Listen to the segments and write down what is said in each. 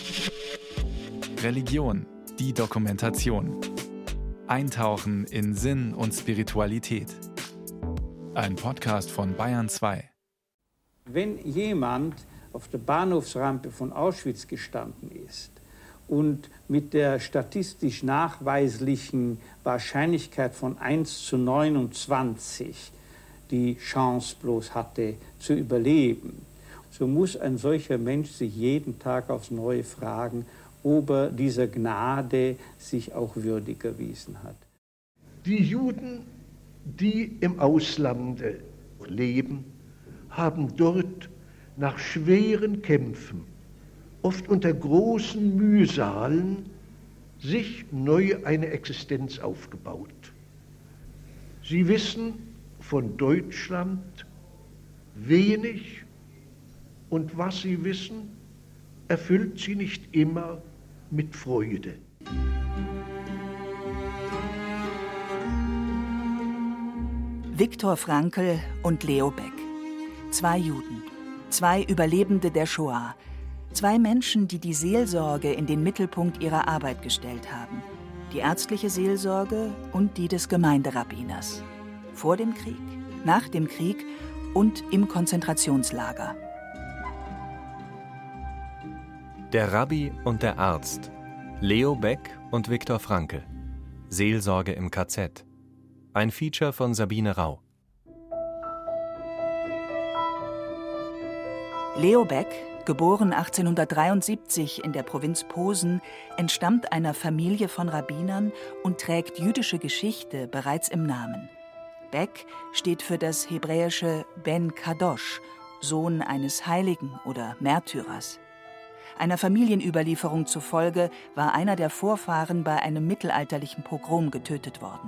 Religion, die Dokumentation. Eintauchen in Sinn und Spiritualität. Ein Podcast von Bayern 2. Wenn jemand auf der Bahnhofsrampe von Auschwitz gestanden ist und mit der statistisch nachweislichen Wahrscheinlichkeit von 1:29 die Chance bloß hatte zu überleben, so muss ein solcher Mensch sich jeden Tag aufs Neue fragen, ob er dieser Gnade sich auch würdig erwiesen hat. Die Juden, die im Auslande leben, haben dort nach schweren Kämpfen, oft unter großen Mühsalen, sich neu eine Existenz aufgebaut. Sie wissen von Deutschland wenig und was sie wissen, erfüllt sie nicht immer mit Freude. Viktor Frankl und Leo Baeck. Zwei Juden, zwei Überlebende der Shoah, zwei Menschen, die die Seelsorge in den Mittelpunkt ihrer Arbeit gestellt haben. Die ärztliche Seelsorge und die des Gemeinderabbiners. Vor dem Krieg, nach dem Krieg und im Konzentrationslager. Der Rabbi und der Arzt. Leo Baeck und Viktor Frankl. Seelsorge im KZ. Ein Feature von Sabine Rau. Leo Baeck, geboren 1873 in der Provinz Posen, entstammt einer Familie von Rabbinern und trägt jüdische Geschichte bereits im Namen. Baeck steht für das hebräische Ben Kadosh, Sohn eines Heiligen oder Märtyrers. Einer Familienüberlieferung zufolge war einer der Vorfahren bei einem mittelalterlichen Pogrom getötet worden.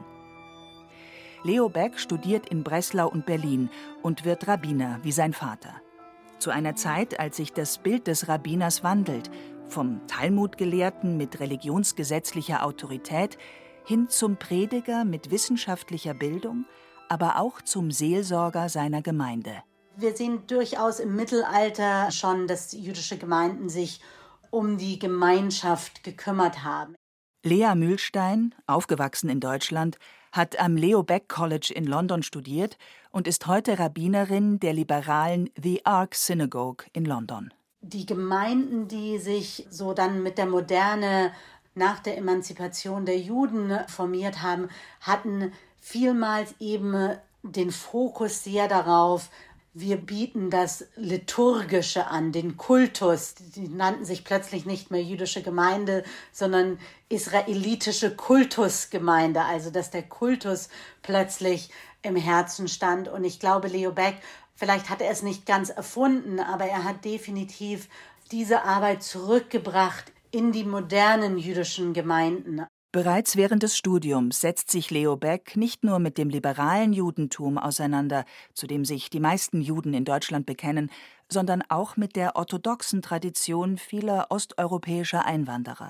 Leo Baeck studiert in Breslau und Berlin und wird Rabbiner wie sein Vater. Zu einer Zeit, als sich das Bild des Rabbiners wandelt, vom Talmudgelehrten mit religionsgesetzlicher Autorität hin zum Prediger mit wissenschaftlicher Bildung, aber auch zum Seelsorger seiner Gemeinde. Wir sehen durchaus im Mittelalter schon, dass jüdische Gemeinden sich um die Gemeinschaft gekümmert haben. Lea Mühlstein, aufgewachsen in Deutschland, hat am Leo Baeck College in London studiert und ist heute Rabbinerin der liberalen The Ark Synagogue in London. Die Gemeinden, die sich so dann mit der Moderne nach der Emanzipation der Juden formiert haben, hatten vielmals eben den Fokus sehr darauf, wir bieten das Liturgische an, den Kultus. Die nannten sich plötzlich nicht mehr jüdische Gemeinde, sondern israelitische Kultusgemeinde. Also dass der Kultus plötzlich im Herzen stand. Und ich glaube, Leo Baeck, vielleicht hat er es nicht ganz erfunden, aber er hat definitiv diese Arbeit zurückgebracht in die modernen jüdischen Gemeinden. Bereits während des Studiums setzt sich Leo Baeck nicht nur mit dem liberalen Judentum auseinander, zu dem sich die meisten Juden in Deutschland bekennen, sondern auch mit der orthodoxen Tradition vieler osteuropäischer Einwanderer.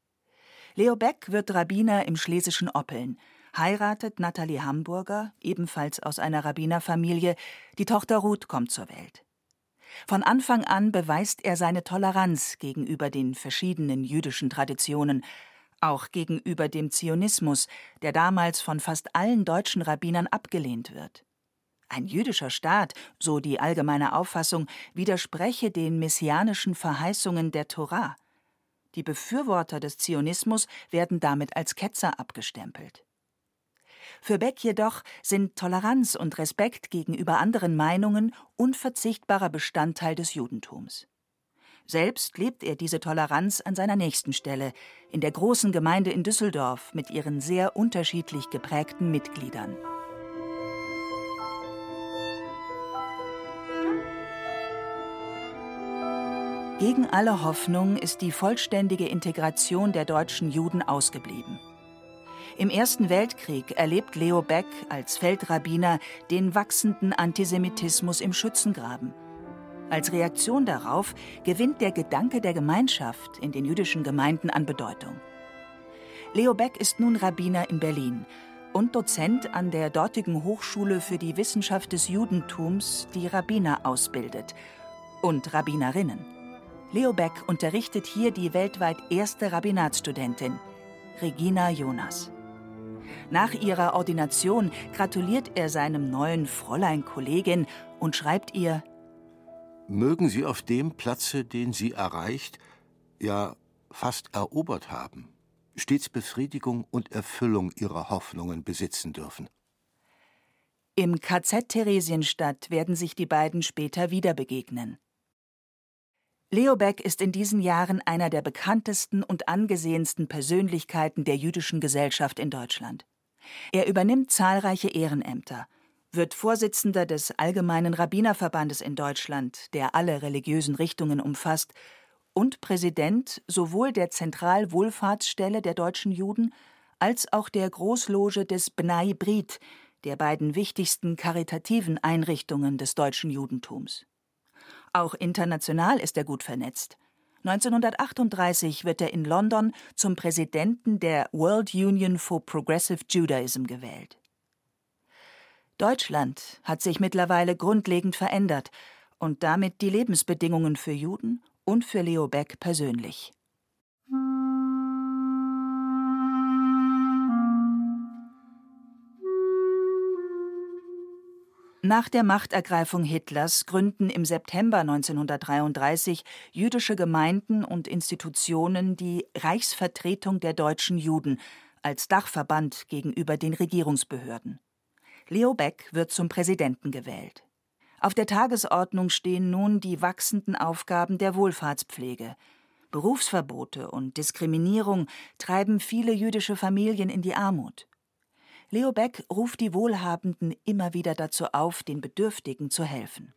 Leo Baeck wird Rabbiner im schlesischen Oppeln, heiratet Nathalie Hamburger, ebenfalls aus einer Rabbinerfamilie, die Tochter Ruth kommt zur Welt. Von Anfang an beweist er seine Toleranz gegenüber den verschiedenen jüdischen Traditionen, auch gegenüber dem Zionismus, der damals von fast allen deutschen Rabbinern abgelehnt wird. Ein jüdischer Staat, so die allgemeine Auffassung, widerspreche den messianischen Verheißungen der Tora. Die Befürworter des Zionismus werden damit als Ketzer abgestempelt. Für Baeck jedoch sind Toleranz und Respekt gegenüber anderen Meinungen unverzichtbarer Bestandteil des Judentums. Selbst lebt er diese Toleranz an seiner nächsten Stelle, in der großen Gemeinde in Düsseldorf mit ihren sehr unterschiedlich geprägten Mitgliedern. Gegen alle Hoffnung ist die vollständige Integration der deutschen Juden ausgeblieben. Im Ersten Weltkrieg erlebt Leo Baeck als Feldrabbiner den wachsenden Antisemitismus im Schützengraben. Als Reaktion darauf gewinnt der Gedanke der Gemeinschaft in den jüdischen Gemeinden an Bedeutung. Leo Baeck ist nun Rabbiner in Berlin und Dozent an der dortigen Hochschule für die Wissenschaft des Judentums, die Rabbiner ausbildet und Rabbinerinnen. Leo Baeck unterrichtet hier die weltweit erste Rabbinatsstudentin, Regina Jonas. Nach ihrer Ordination gratuliert er seinem neuen Fräulein-Kollegin und schreibt ihr: Mögen Sie auf dem Platze, den Sie erreicht, ja fast erobert haben, stets Befriedigung und Erfüllung Ihrer Hoffnungen besitzen dürfen. Im KZ Theresienstadt werden sich die beiden später wieder begegnen. Leo Baeck ist in diesen Jahren einer der bekanntesten und angesehensten Persönlichkeiten der jüdischen Gesellschaft in Deutschland. Er übernimmt zahlreiche Ehrenämter, wird Vorsitzender des Allgemeinen Rabbinerverbandes in Deutschland, der alle religiösen Richtungen umfasst, und Präsident sowohl der Zentralwohlfahrtsstelle der deutschen Juden als auch der Großloge des Bnai Brit, der beiden wichtigsten karitativen Einrichtungen des deutschen Judentums. Auch international ist er gut vernetzt. 1938 wird er in London zum Präsidenten der World Union for Progressive Judaism gewählt. Deutschland hat sich mittlerweile grundlegend verändert und damit die Lebensbedingungen für Juden und für Leo Baeck persönlich. Nach der Machtergreifung Hitlers gründen im September 1933 jüdische Gemeinden und Institutionen die Reichsvertretung der deutschen Juden als Dachverband gegenüber den Regierungsbehörden. Leo Baeck wird zum Präsidenten gewählt. Auf der Tagesordnung stehen nun die wachsenden Aufgaben der Wohlfahrtspflege. Berufsverbote und Diskriminierung treiben viele jüdische Familien in die Armut. Leo Baeck ruft die Wohlhabenden immer wieder dazu auf, den Bedürftigen zu helfen.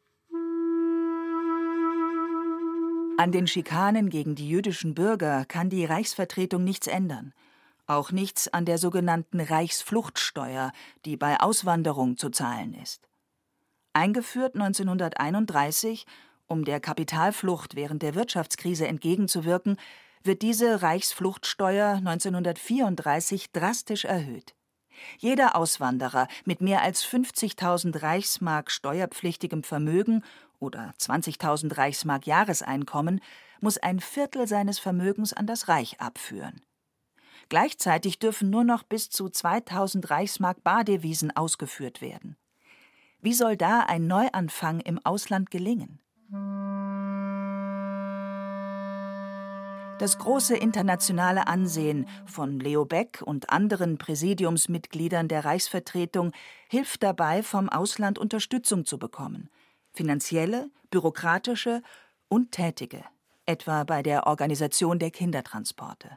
An den Schikanen gegen die jüdischen Bürger kann die Reichsvertretung nichts ändern. Auch nichts an der sogenannten Reichsfluchtsteuer, die bei Auswanderung zu zahlen ist. Eingeführt 1931, um der Kapitalflucht während der Wirtschaftskrise entgegenzuwirken, wird diese Reichsfluchtsteuer 1934 drastisch erhöht. Jeder Auswanderer mit mehr als 50.000 Reichsmark steuerpflichtigem Vermögen oder 20.000 Reichsmark Jahreseinkommen muss ein Viertel seines Vermögens an das Reich abführen. Gleichzeitig dürfen nur noch bis zu 2.000 Reichsmark Bardevisen ausgeführt werden. Wie soll da ein Neuanfang im Ausland gelingen? Das große internationale Ansehen von Leo Baeck und anderen Präsidiumsmitgliedern der Reichsvertretung hilft dabei, vom Ausland Unterstützung zu bekommen. Finanzielle, bürokratische und tätige, etwa bei der Organisation der Kindertransporte.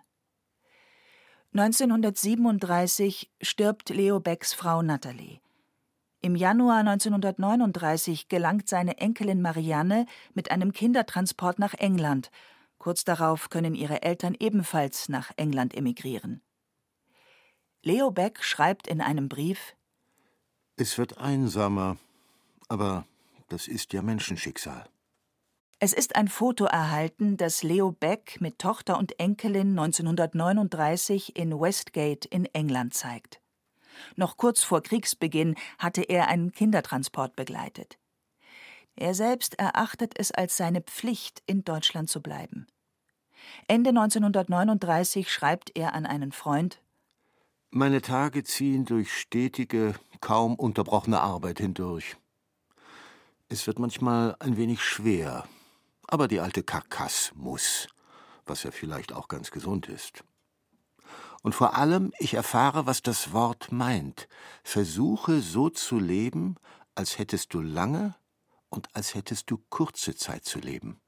1937 stirbt Leo Baecks Frau Natalie. Im Januar 1939 gelangt seine Enkelin Marianne mit einem Kindertransport nach England. Kurz darauf können ihre Eltern ebenfalls nach England emigrieren. Leo Baeck schreibt in einem Brief: Es wird einsamer, aber das ist ja Menschenschicksal. Es ist ein Foto erhalten, das Leo Baeck mit Tochter und Enkelin 1939 in Westgate in England zeigt. Noch kurz vor Kriegsbeginn hatte er einen Kindertransport begleitet. Er selbst erachtet es als seine Pflicht, in Deutschland zu bleiben. Ende 1939 schreibt er an einen Freund: Meine Tage ziehen durch stetige, kaum unterbrochene Arbeit hindurch. Es wird manchmal ein wenig schwer, aber die alte Karkass muss, was ja vielleicht auch ganz gesund ist. Und vor allem, ich erfahre, was das Wort meint. Versuche so zu leben, als hättest du lange und als hättest du kurze Zeit zu leben.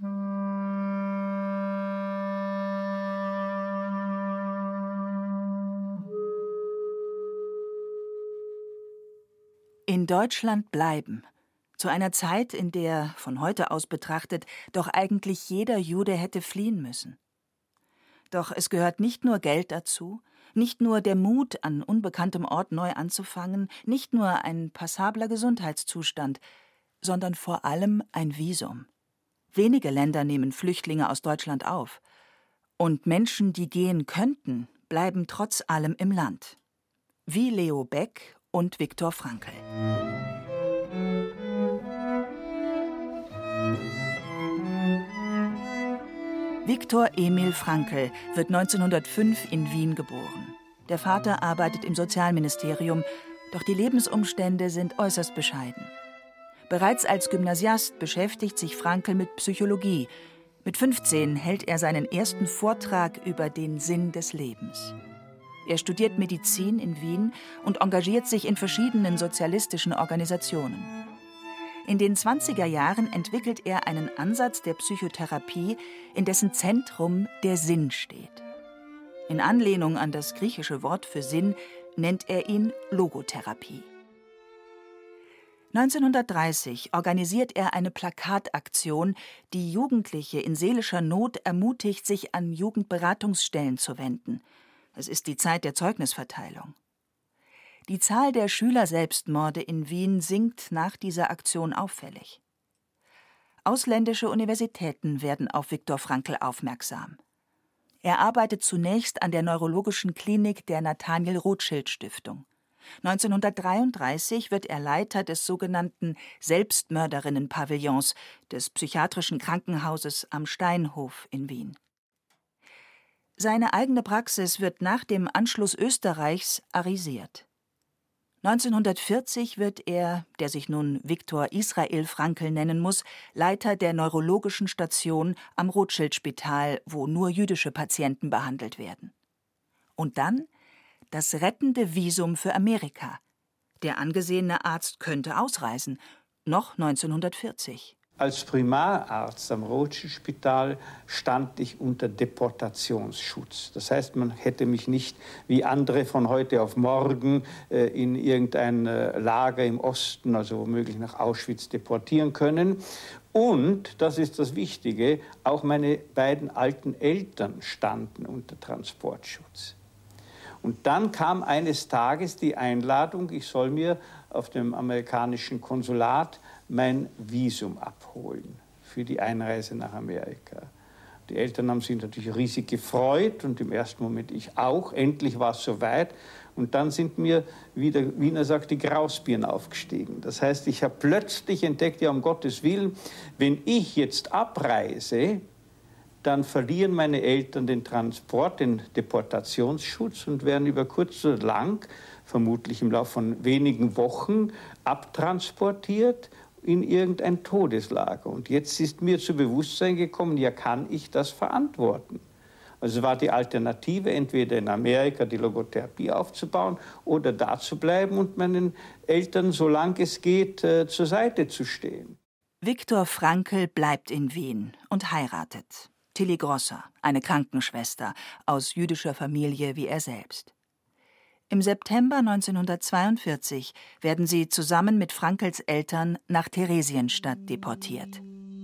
In Deutschland bleiben. Zu einer Zeit, in der, von heute aus betrachtet, doch eigentlich jeder Jude hätte fliehen müssen. Doch es gehört nicht nur Geld dazu, nicht nur der Mut, an unbekanntem Ort neu anzufangen, nicht nur ein passabler Gesundheitszustand, sondern vor allem ein Visum. Wenige Länder nehmen Flüchtlinge aus Deutschland auf. Und Menschen, die gehen könnten, bleiben trotz allem im Land. Wie Leo Baeck und Viktor Frankl. Viktor Emil Frankl wird 1905 in Wien geboren. Der Vater arbeitet im Sozialministerium, doch die Lebensumstände sind äußerst bescheiden. Bereits als Gymnasiast beschäftigt sich Frankl mit Psychologie. Mit 15 hält er seinen ersten Vortrag über den Sinn des Lebens. Er studiert Medizin in Wien und engagiert sich in verschiedenen sozialistischen Organisationen. In den 20er Jahren entwickelt er einen Ansatz der Psychotherapie, in dessen Zentrum der Sinn steht. In Anlehnung an das griechische Wort für Sinn nennt er ihn Logotherapie. 1930 organisiert er eine Plakataktion, die Jugendliche in seelischer Not ermutigt, sich an Jugendberatungsstellen zu wenden. Es ist die Zeit der Zeugnisverteilung. Die Zahl der Schülerselbstmorde in Wien sinkt nach dieser Aktion auffällig. Ausländische Universitäten werden auf Viktor Frankl aufmerksam. Er arbeitet zunächst an der neurologischen Klinik der Nathaniel Rothschild Stiftung. 1933 wird er Leiter des sogenannten Selbstmörderinnen-Pavillons des psychiatrischen Krankenhauses am Steinhof in Wien. Seine eigene Praxis wird nach dem Anschluss Österreichs arisiert. 1940 wird er, der sich nun Viktor Israel Frankl nennen muss, Leiter der neurologischen Station am Rothschild-Spital, wo nur jüdische Patienten behandelt werden. Und dann das rettende Visum für Amerika. Der angesehene Arzt könnte ausreisen, noch 1940. Als Primararzt am Rothschild-Spital stand ich unter Deportationsschutz. Das heißt, man hätte mich nicht wie andere von heute auf morgen in irgendein Lager im Osten, also womöglich nach Auschwitz, deportieren können. Und, das ist das Wichtige, auch meine beiden alten Eltern standen unter Transportschutz. Und dann kam eines Tages die Einladung, ich soll mir auf dem amerikanischen Konsulat mein Visum abholen für die Einreise nach Amerika. Die Eltern haben sich natürlich riesig gefreut und im ersten Moment ich auch. Endlich war es soweit. Und dann sind mir, wie der Wiener sagt, die Grausbirnen aufgestiegen. Das heißt, ich habe plötzlich entdeckt, ja, um Gottes Willen, wenn ich jetzt abreise, dann verlieren meine Eltern den Transport, den Deportationsschutz und werden über kurz oder lang, vermutlich im Laufe von wenigen Wochen, abtransportiert in irgendein Todeslager. Und jetzt ist mir zu Bewusstsein gekommen, ja, kann ich das verantworten? Also war die Alternative, entweder in Amerika die Logotherapie aufzubauen oder da zu bleiben und meinen Eltern, solange es geht, zur Seite zu stehen. Viktor Frankl bleibt in Wien und heiratet. Tilly Grosser, eine Krankenschwester aus jüdischer Familie wie er selbst. Im September 1942 werden sie zusammen mit Frankls Eltern nach Theresienstadt deportiert.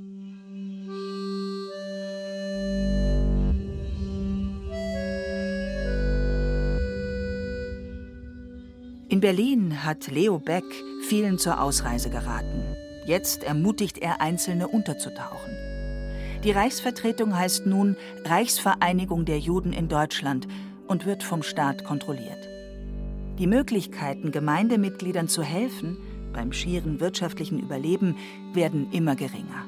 In Berlin hat Leo Baeck vielen zur Ausreise geraten. Jetzt ermutigt er Einzelne unterzutauchen. Die Reichsvertretung heißt nun Reichsvereinigung der Juden in Deutschland und wird vom Staat kontrolliert. Die Möglichkeiten, Gemeindemitgliedern zu helfen, beim schieren wirtschaftlichen Überleben, werden immer geringer.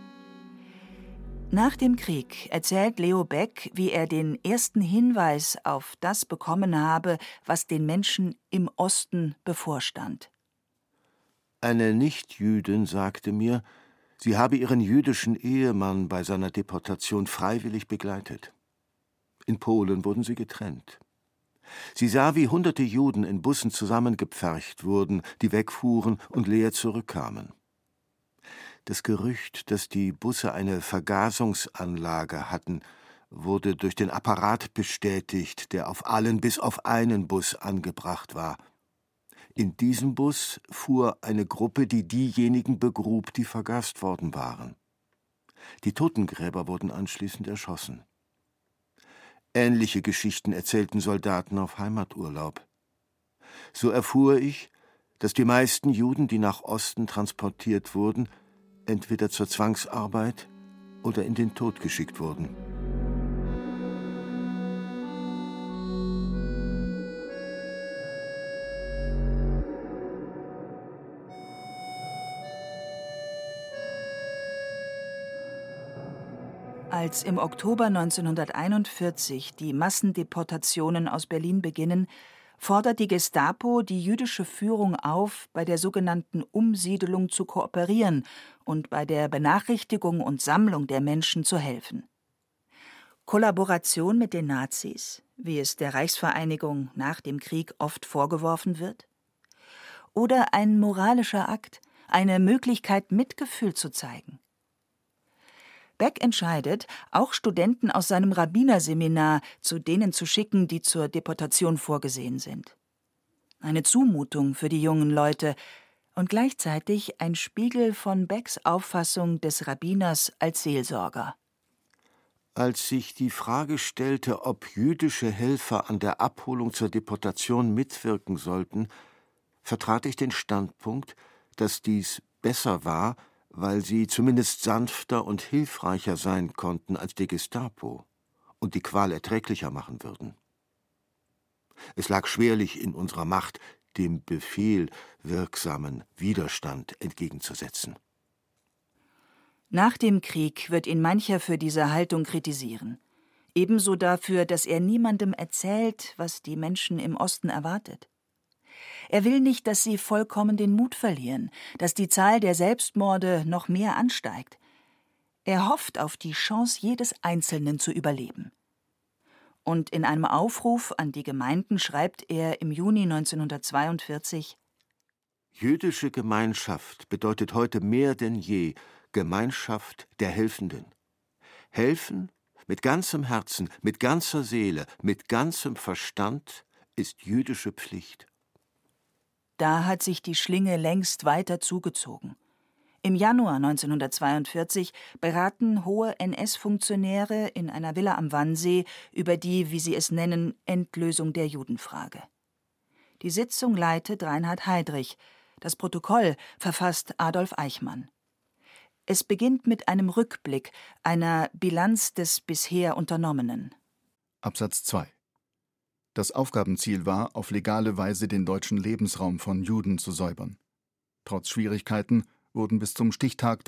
Nach dem Krieg erzählt Leo Baeck, wie er den ersten Hinweis auf das bekommen habe, was den Menschen im Osten bevorstand. Eine Nichtjüdin sagte mir, sie habe ihren jüdischen Ehemann bei seiner Deportation freiwillig begleitet. In Polen wurden sie getrennt. Sie sah, wie hunderte Juden in Bussen zusammengepfercht wurden, die wegfuhren und leer zurückkamen. Das Gerücht, dass die Busse eine Vergasungsanlage hatten, wurde durch den Apparat bestätigt, der auf allen bis auf einen Bus angebracht war. In diesem Bus fuhr eine Gruppe, die diejenigen begrub, die vergast worden waren. Die Totengräber wurden anschließend erschossen. Ähnliche Geschichten erzählten Soldaten auf Heimaturlaub. So erfuhr ich, dass die meisten Juden, die nach Osten transportiert wurden, entweder zur Zwangsarbeit oder in den Tod geschickt wurden. Als im Oktober 1941 die Massendeportationen aus Berlin beginnen, fordert die Gestapo die jüdische Führung auf, bei der sogenannten Umsiedelung zu kooperieren und bei der Benachrichtigung und Sammlung der Menschen zu helfen. Kollaboration mit den Nazis, wie es der Reichsvereinigung nach dem Krieg oft vorgeworfen wird? Oder ein moralischer Akt, eine Möglichkeit, Mitgefühl zu zeigen? Beck entscheidet, auch Studenten aus seinem Rabbinerseminar zu denen zu schicken, die zur Deportation vorgesehen sind. Eine Zumutung für die jungen Leute und gleichzeitig ein Spiegel von Becks Auffassung des Rabbiners als Seelsorger. Als sich die Frage stellte, ob jüdische Helfer an der Abholung zur Deportation mitwirken sollten, vertrat ich den Standpunkt, dass dies besser war, weil sie zumindest sanfter und hilfreicher sein konnten als die Gestapo und die Qual erträglicher machen würden. Es lag schwerlich in unserer Macht, dem Befehl wirksamen Widerstand entgegenzusetzen. Nach dem Krieg wird ihn mancher für diese Haltung kritisieren. Ebenso dafür, dass er niemandem erzählt, was die Menschen im Osten erwartet. Er will nicht, dass sie vollkommen den Mut verlieren, dass die Zahl der Selbstmorde noch mehr ansteigt. Er hofft auf die Chance jedes Einzelnen zu überleben. Und in einem Aufruf an die Gemeinden schreibt er im Juni 1942: Jüdische Gemeinschaft bedeutet heute mehr denn je Gemeinschaft der Helfenden. Helfen mit ganzem Herzen, mit ganzer Seele, mit ganzem Verstand ist jüdische Pflicht. Da hat sich die Schlinge längst weiter zugezogen. Im Januar 1942 beraten hohe NS-Funktionäre in einer Villa am Wannsee über die, wie sie es nennen, Endlösung der Judenfrage. Die Sitzung leitet Reinhard Heydrich, das Protokoll verfasst Adolf Eichmann. Es beginnt mit einem Rückblick, einer Bilanz des bisher Unternommenen. Absatz 2. Das Aufgabenziel war, auf legale Weise den deutschen Lebensraum von Juden zu säubern. Trotz Schwierigkeiten wurden bis zum Stichtag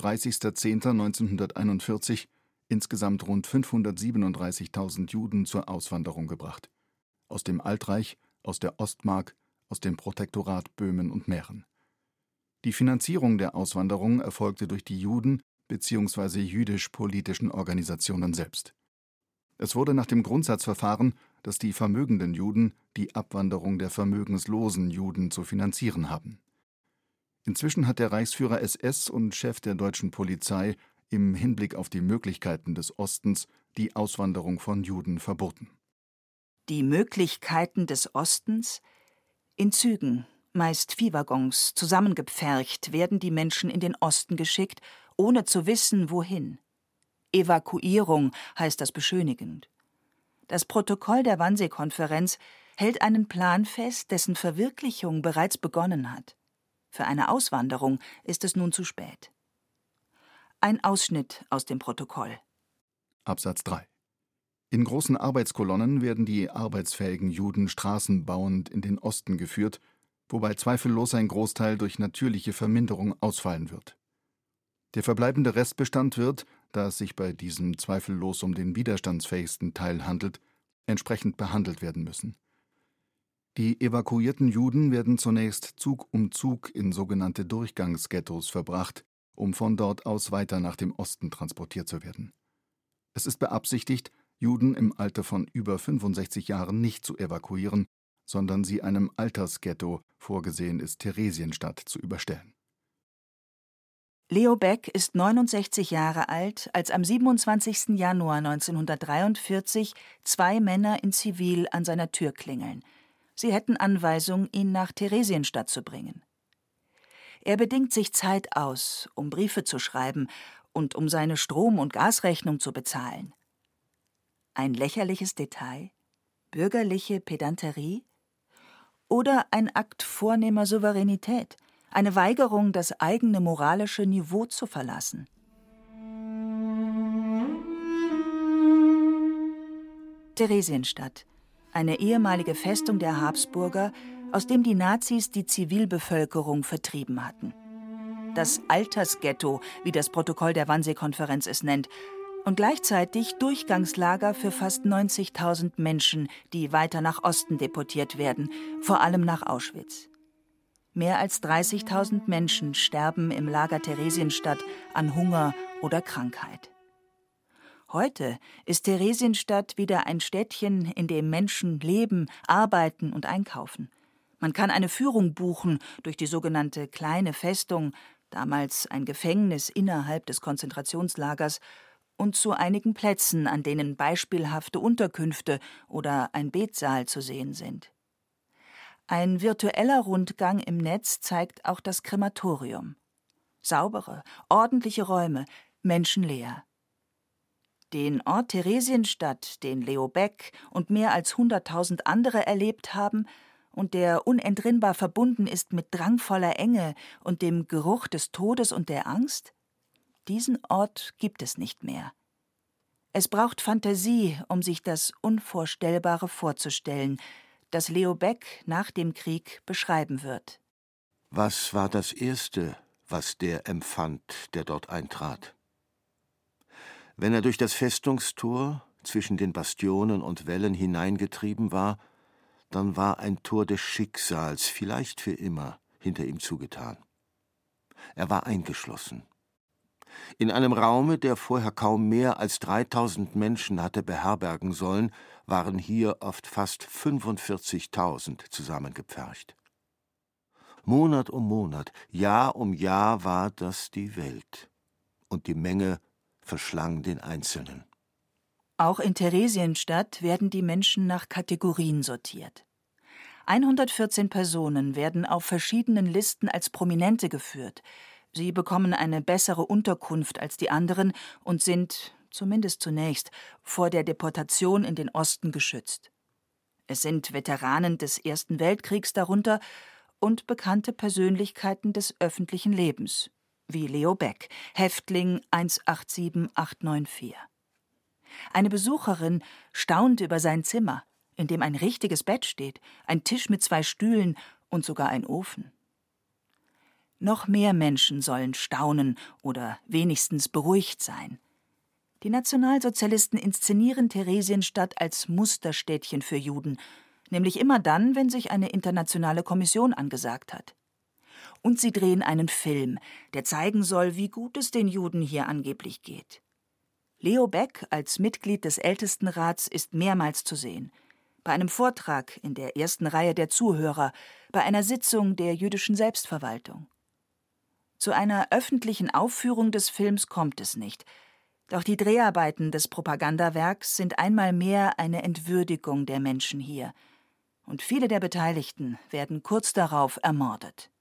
30.10.1941 insgesamt rund 537.000 Juden zur Auswanderung gebracht. Aus dem Altreich, aus der Ostmark, aus dem Protektorat Böhmen und Mähren. Die Finanzierung der Auswanderung erfolgte durch die Juden bzw. jüdisch-politischen Organisationen selbst. Es wurde nach dem Grundsatz verfahren, dass die vermögenden Juden die Abwanderung der vermögenslosen Juden zu finanzieren haben. Inzwischen hat der Reichsführer SS und Chef der deutschen Polizei im Hinblick auf die Möglichkeiten des Ostens die Auswanderung von Juden verboten. Die Möglichkeiten des Ostens? In Zügen, meist Viehwaggons, zusammengepfercht, werden die Menschen in den Osten geschickt, ohne zu wissen, wohin. Evakuierung heißt das beschönigend. Das Protokoll der Wannsee-Konferenz hält einen Plan fest, dessen Verwirklichung bereits begonnen hat. Für eine Auswanderung ist es nun zu spät. Ein Ausschnitt aus dem Protokoll. Absatz 3. In großen Arbeitskolonnen werden die arbeitsfähigen Juden straßenbauend in den Osten geführt, wobei zweifellos ein Großteil durch natürliche Verminderung ausfallen wird. Der verbleibende Restbestand wird, da es sich bei diesem zweifellos um den widerstandsfähigsten Teil handelt, entsprechend behandelt werden müssen. Die evakuierten Juden werden zunächst Zug um Zug in sogenannte Durchgangsghettos verbracht, um von dort aus weiter nach dem Osten transportiert zu werden. Es ist beabsichtigt, Juden im Alter von über 65 Jahren nicht zu evakuieren, sondern sie einem Altersghetto, vorgesehen ist Theresienstadt, zu überstellen. Leo Beck ist 69 Jahre alt, als am 27. Januar 1943 zwei Männer in Zivil an seiner Tür klingeln. Sie hätten Anweisung, ihn nach Theresienstadt zu bringen. Er bedingt sich Zeit aus, um Briefe zu schreiben und um seine Strom- und Gasrechnung zu bezahlen. Ein lächerliches Detail? Bürgerliche Pedanterie? Oder ein Akt vornehmer Souveränität? Eine Weigerung, das eigene moralische Niveau zu verlassen? Theresienstadt, eine ehemalige Festung der Habsburger, aus dem die Nazis die Zivilbevölkerung vertrieben hatten. Das Altersghetto, wie das Protokoll der Wannsee-Konferenz es nennt, und gleichzeitig Durchgangslager für fast 90.000 Menschen, die weiter nach Osten deportiert werden, vor allem nach Auschwitz. Mehr als 30.000 Menschen sterben im Lager Theresienstadt an Hunger oder Krankheit. Heute ist Theresienstadt wieder ein Städtchen, in dem Menschen leben, arbeiten und einkaufen. Man kann eine Führung buchen durch die sogenannte Kleine Festung, damals ein Gefängnis innerhalb des Konzentrationslagers, und zu einigen Plätzen, an denen beispielhafte Unterkünfte oder ein Betsaal zu sehen sind. Ein virtueller Rundgang im Netz zeigt auch das Krematorium. Saubere, ordentliche Räume, menschenleer. Den Ort Theresienstadt, den Leo Baeck und mehr als 100.000 andere erlebt haben und der unentrinnbar verbunden ist mit drangvoller Enge und dem Geruch des Todes und der Angst, diesen Ort gibt es nicht mehr. Es braucht Fantasie, um sich das Unvorstellbare vorzustellen, das Leo Baeck nach dem Krieg beschreiben wird. Was war das Erste, was der empfand, der dort eintrat? Wenn er durch das Festungstor zwischen den Bastionen und Wällen hineingetrieben war, dann war ein Tor des Schicksals, vielleicht für immer, hinter ihm zugetan. Er war eingeschlossen. In einem Raume, der vorher kaum mehr als 3.000 Menschen hatte beherbergen sollen, waren hier oft fast 45.000 zusammengepfercht. Monat um Monat, Jahr um Jahr war das die Welt. Und die Menge verschlang den Einzelnen. Auch in Theresienstadt werden die Menschen nach Kategorien sortiert. 114 Personen werden auf verschiedenen Listen als Prominente geführt. Sie bekommen eine bessere Unterkunft als die anderen und sind, zumindest zunächst, vor der Deportation in den Osten geschützt. Es sind Veteranen des Ersten Weltkriegs darunter und bekannte Persönlichkeiten des öffentlichen Lebens, wie Leo Baeck, Häftling 187894. Eine Besucherin staunt über sein Zimmer, in dem ein richtiges Bett steht, ein Tisch mit 2 Stühlen und sogar ein Ofen. Noch mehr Menschen sollen staunen oder wenigstens beruhigt sein. Die Nationalsozialisten inszenieren Theresienstadt als Musterstädtchen für Juden, nämlich immer dann, wenn sich eine internationale Kommission angesagt hat. Und sie drehen einen Film, der zeigen soll, wie gut es den Juden hier angeblich geht. Leo Baeck als Mitglied des Ältestenrats ist mehrmals zu sehen. Bei einem Vortrag in der ersten Reihe der Zuhörer, bei einer Sitzung der jüdischen Selbstverwaltung. Zu einer öffentlichen Aufführung des Films kommt es nicht. Doch die Dreharbeiten des Propagandawerks sind einmal mehr eine Entwürdigung der Menschen hier. Und viele der Beteiligten werden kurz darauf ermordet.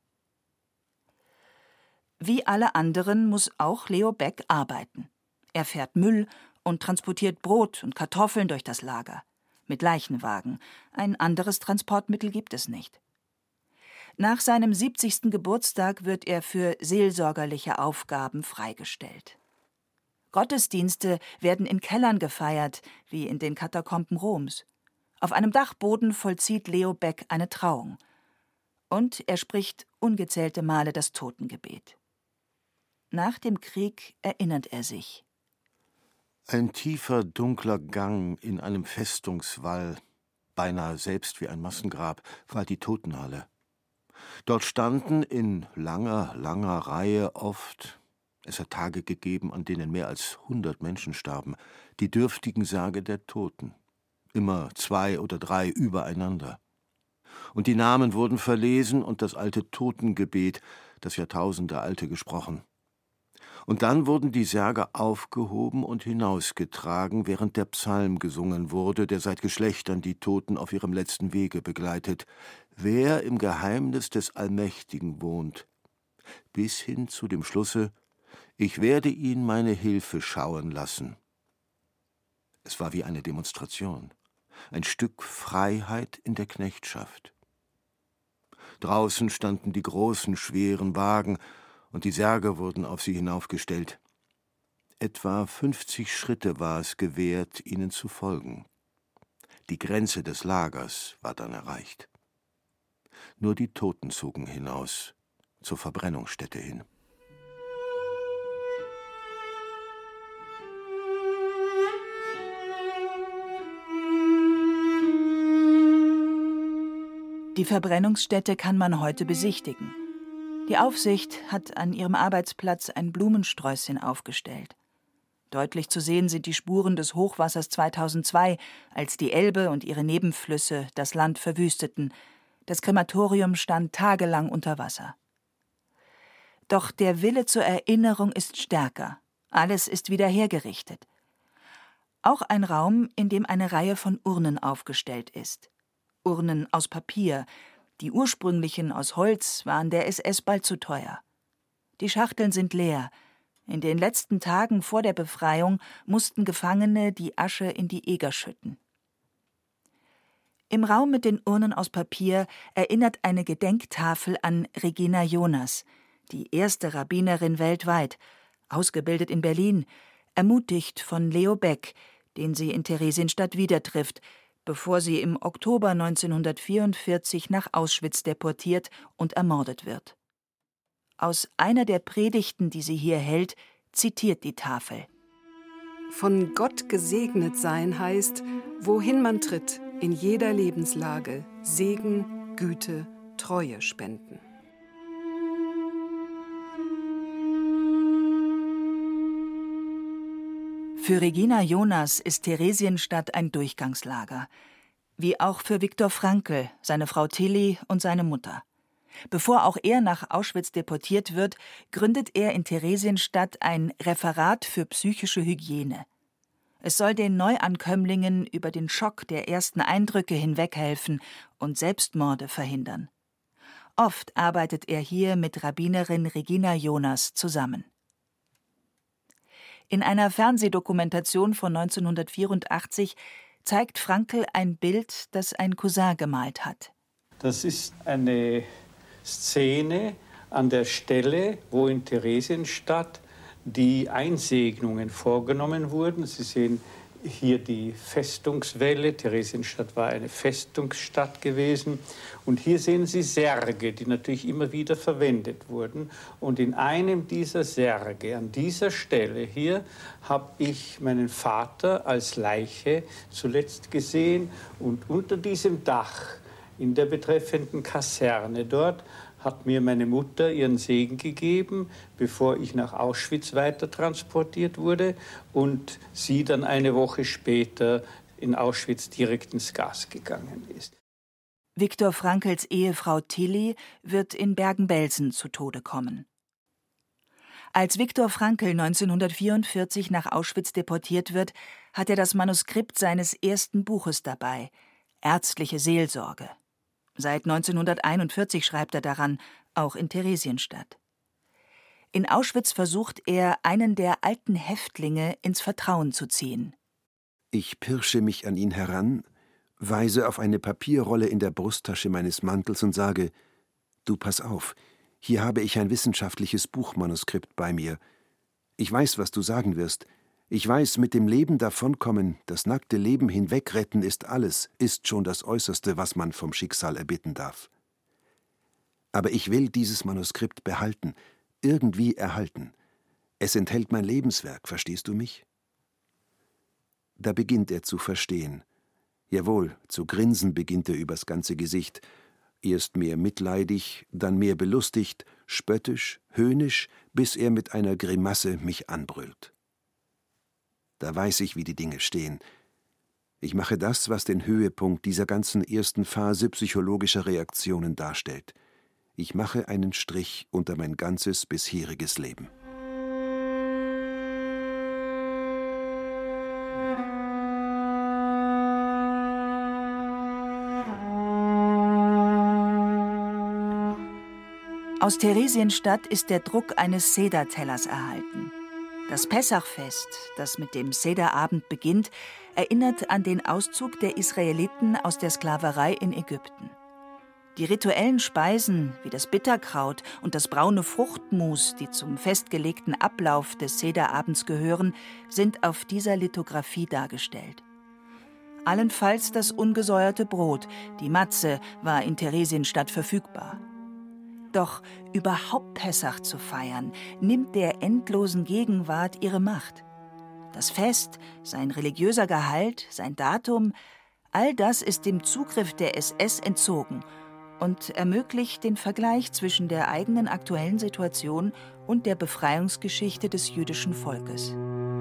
Wie alle anderen muss auch Leo Baeck arbeiten. Er fährt Müll und transportiert Brot und Kartoffeln durch das Lager. Mit Leichenwagen. Ein anderes Transportmittel gibt es nicht. Nach seinem 70. Geburtstag wird er für seelsorgerliche Aufgaben freigestellt. Gottesdienste werden in Kellern gefeiert, wie in den Katakomben Roms. Auf einem Dachboden vollzieht Leo Baeck eine Trauung. Und er spricht ungezählte Male das Totengebet. Nach dem Krieg erinnert er sich. Ein tiefer, dunkler Gang in einem Festungswall, beinahe selbst wie ein Massengrab, war die Totenhalle. Dort standen in langer, langer Reihe oft, es hat Tage gegeben, an denen mehr als 100 Menschen starben, die dürftigen Särge der Toten. Immer 2 oder 3 übereinander. Und die Namen wurden verlesen und das alte Totengebet, das Jahrtausendealte, gesprochen. Und dann wurden die Särge aufgehoben und hinausgetragen, während der Psalm gesungen wurde, der seit Geschlechtern die Toten auf ihrem letzten Wege begleitet. Wer im Geheimnis des Allmächtigen wohnt, bis hin zu dem Schlusse, ich werde ihn meine Hilfe schauen lassen. Es war wie eine Demonstration, ein Stück Freiheit in der Knechtschaft. Draußen standen die großen, schweren Wagen, und die Särge wurden auf sie hinaufgestellt. Etwa 50 Schritte war es gewährt, ihnen zu folgen. Die Grenze des Lagers war dann erreicht. Nur die Toten zogen hinaus, zur Verbrennungsstätte hin. Die Verbrennungsstätte kann man heute besichtigen. Die Aufsicht hat an ihrem Arbeitsplatz ein Blumensträußchen aufgestellt. Deutlich zu sehen sind die Spuren des Hochwassers 2002, als die Elbe und ihre Nebenflüsse das Land verwüsteten. Das Krematorium stand tagelang unter Wasser. Doch der Wille zur Erinnerung ist stärker. Alles ist wieder hergerichtet. Auch ein Raum, in dem eine Reihe von Urnen aufgestellt ist. Urnen aus Papier. Die ursprünglichen aus Holz waren der SS bald zu teuer. Die Schachteln sind leer. In den letzten Tagen vor der Befreiung mussten Gefangene die Asche in die Eger schütten. Im Raum mit den Urnen aus Papier erinnert eine Gedenktafel an Regina Jonas, die erste Rabbinerin weltweit, ausgebildet in Berlin, ermutigt von Leo Baeck, den sie in Theresienstadt wieder trifft, bevor sie im Oktober 1944 nach Auschwitz deportiert und ermordet wird. Aus einer der Predigten, die sie hier hält, zitiert die Tafel. Von Gott gesegnet sein heißt, wohin man tritt, in jeder Lebenslage, Segen, Güte, Treue spenden. Für Regina Jonas ist Theresienstadt ein Durchgangslager. Wie auch für Viktor Frankl, seine Frau Tilly und seine Mutter. Bevor auch er nach Auschwitz deportiert wird, gründet er in Theresienstadt ein Referat für psychische Hygiene. Es soll den Neuankömmlingen über den Schock der ersten Eindrücke hinweghelfen und Selbstmorde verhindern. Oft arbeitet er hier mit Rabbinerin Regina Jonas zusammen. In einer Fernsehdokumentation von 1984 zeigt Frankl ein Bild, das ein Cousin gemalt hat. Das ist eine Szene an der Stelle, wo in Theresienstadt die Einsegnungen vorgenommen wurden. Sie sehen hier die Festungswälle. Theresienstadt war eine Festungsstadt gewesen. Und hier sehen Sie Särge, die natürlich immer wieder verwendet wurden. Und in einem dieser Särge, an dieser Stelle hier, habe ich meinen Vater als Leiche zuletzt gesehen. Und unter diesem Dach, in der betreffenden Kaserne dort, hat mir meine Mutter ihren Segen gegeben, bevor ich nach Auschwitz weiter transportiert wurde und sie dann eine Woche später in Auschwitz direkt ins Gas gegangen ist. Viktor Frankls Ehefrau Tilly wird in Bergen-Belsen zu Tode kommen. Als Viktor Frankl 1944 nach Auschwitz deportiert wird, hat er das Manuskript seines ersten Buches dabei, Ärztliche Seelsorge. Seit 1941 schreibt er daran, auch in Theresienstadt. In Auschwitz versucht er, einen der alten Häftlinge ins Vertrauen zu ziehen. Ich pirsche mich an ihn heran, weise auf eine Papierrolle in der Brusttasche meines Mantels und sage: Du, pass auf, hier habe ich ein wissenschaftliches Buchmanuskript bei mir. Ich weiß, was du sagen wirst. Ich weiß, mit dem Leben davonkommen, das nackte Leben hinwegretten ist alles, ist schon das Äußerste, was man vom Schicksal erbitten darf. Aber ich will dieses Manuskript behalten, irgendwie erhalten. Es enthält mein Lebenswerk, verstehst du mich? Da beginnt er zu verstehen. Jawohl, zu grinsen beginnt er übers ganze Gesicht. Erst mehr mitleidig, dann mehr belustigt, spöttisch, höhnisch, bis er mit einer Grimasse mich anbrüllt. Da weiß ich, wie die Dinge stehen. Ich mache das, was den Höhepunkt dieser ganzen ersten Phase psychologischer Reaktionen darstellt. Ich mache einen Strich unter mein ganzes bisheriges Leben. Aus Theresienstadt ist der Druck eines Seder-Tellers erhalten. Das Pessachfest, das mit dem Sederabend beginnt, erinnert an den Auszug der Israeliten aus der Sklaverei in Ägypten. Die rituellen Speisen wie das Bitterkraut und das braune Fruchtmus, die zum festgelegten Ablauf des Sederabends gehören, sind auf dieser Lithografie dargestellt. Allenfalls das ungesäuerte Brot, die Matze, war in Theresienstadt verfügbar. Doch überhaupt Pessach zu feiern, nimmt der endlosen Gegenwart ihre Macht. Das Fest, sein religiöser Gehalt, sein Datum, all das ist dem Zugriff der SS entzogen und ermöglicht den Vergleich zwischen der eigenen aktuellen Situation und der Befreiungsgeschichte des jüdischen Volkes.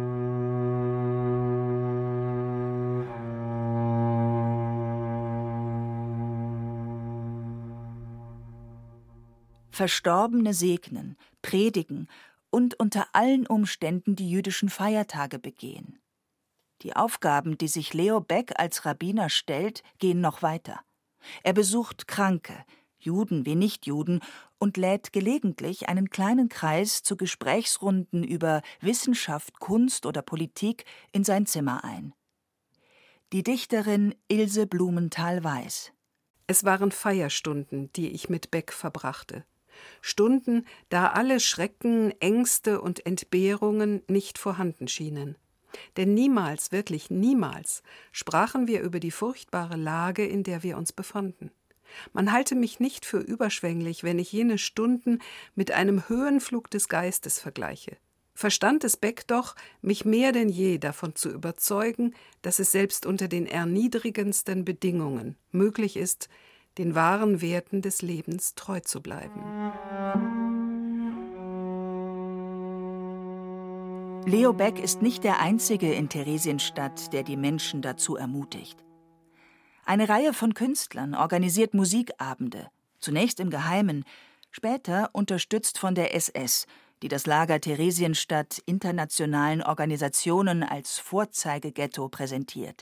Verstorbene segnen, predigen und unter allen Umständen die jüdischen Feiertage begehen. Die Aufgaben, die sich Leo Baeck als Rabbiner stellt, gehen noch weiter. Er besucht Kranke, Juden wie Nichtjuden, und lädt gelegentlich einen kleinen Kreis zu Gesprächsrunden über Wissenschaft, Kunst oder Politik in sein Zimmer ein. Die Dichterin Ilse Blumenthal-Weiß. Es waren Feierstunden, die ich mit Baeck verbrachte. Stunden, da alle Schrecken, Ängste und Entbehrungen nicht vorhanden schienen. Denn niemals, wirklich niemals, sprachen wir über die furchtbare Lage, in der wir uns befanden. Man halte mich nicht für überschwänglich, wenn ich jene Stunden mit einem Höhenflug des Geistes vergleiche. Verstand es Baeck doch, mich mehr denn je davon zu überzeugen, dass es selbst unter den erniedrigendsten Bedingungen möglich ist, den wahren Werten des Lebens treu zu bleiben. Leo Baeck ist nicht der Einzige in Theresienstadt, der die Menschen dazu ermutigt. Eine Reihe von Künstlern organisiert Musikabende, zunächst im Geheimen, später unterstützt von der SS, die das Lager Theresienstadt internationalen Organisationen als Vorzeigeghetto präsentiert.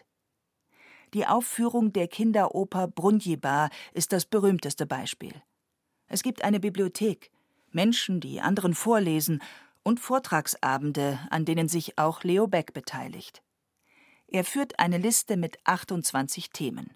Die Aufführung der Kinderoper Brundibar ist das berühmteste Beispiel. Es gibt eine Bibliothek, Menschen, die anderen vorlesen, und Vortragsabende, an denen sich auch Leo Baeck beteiligt. Er führt eine Liste mit 28 Themen.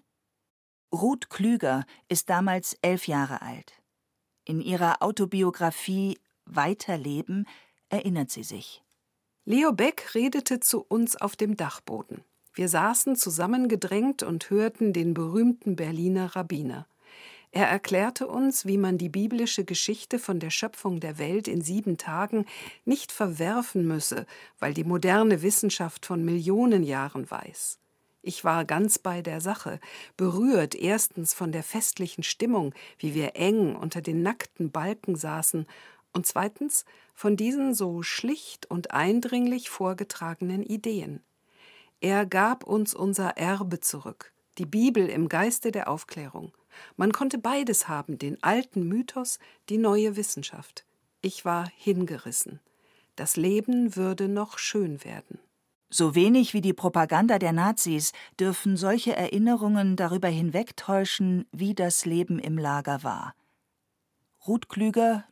Ruth Klüger ist damals 11 Jahre alt. In ihrer Autobiografie »Weiterleben« erinnert sie sich. Leo Baeck redete zu uns auf dem Dachboden. Wir saßen zusammengedrängt und hörten den berühmten Berliner Rabbiner. Er erklärte uns, wie man die biblische Geschichte von der Schöpfung der Welt in 7 Tagen nicht verwerfen müsse, weil die moderne Wissenschaft von Millionen Jahren weiß. Ich war ganz bei der Sache, berührt erstens von der festlichen Stimmung, wie wir eng unter den nackten Balken saßen, und zweitens von diesen so schlicht und eindringlich vorgetragenen Ideen. Er gab uns unser Erbe zurück, die Bibel im Geiste der Aufklärung. Man konnte beides haben, den alten Mythos, die neue Wissenschaft. Ich war hingerissen. Das Leben würde noch schön werden. So wenig wie die Propaganda der Nazis dürfen solche Erinnerungen darüber hinwegtäuschen, wie das Leben im Lager war. Ruth Klüger,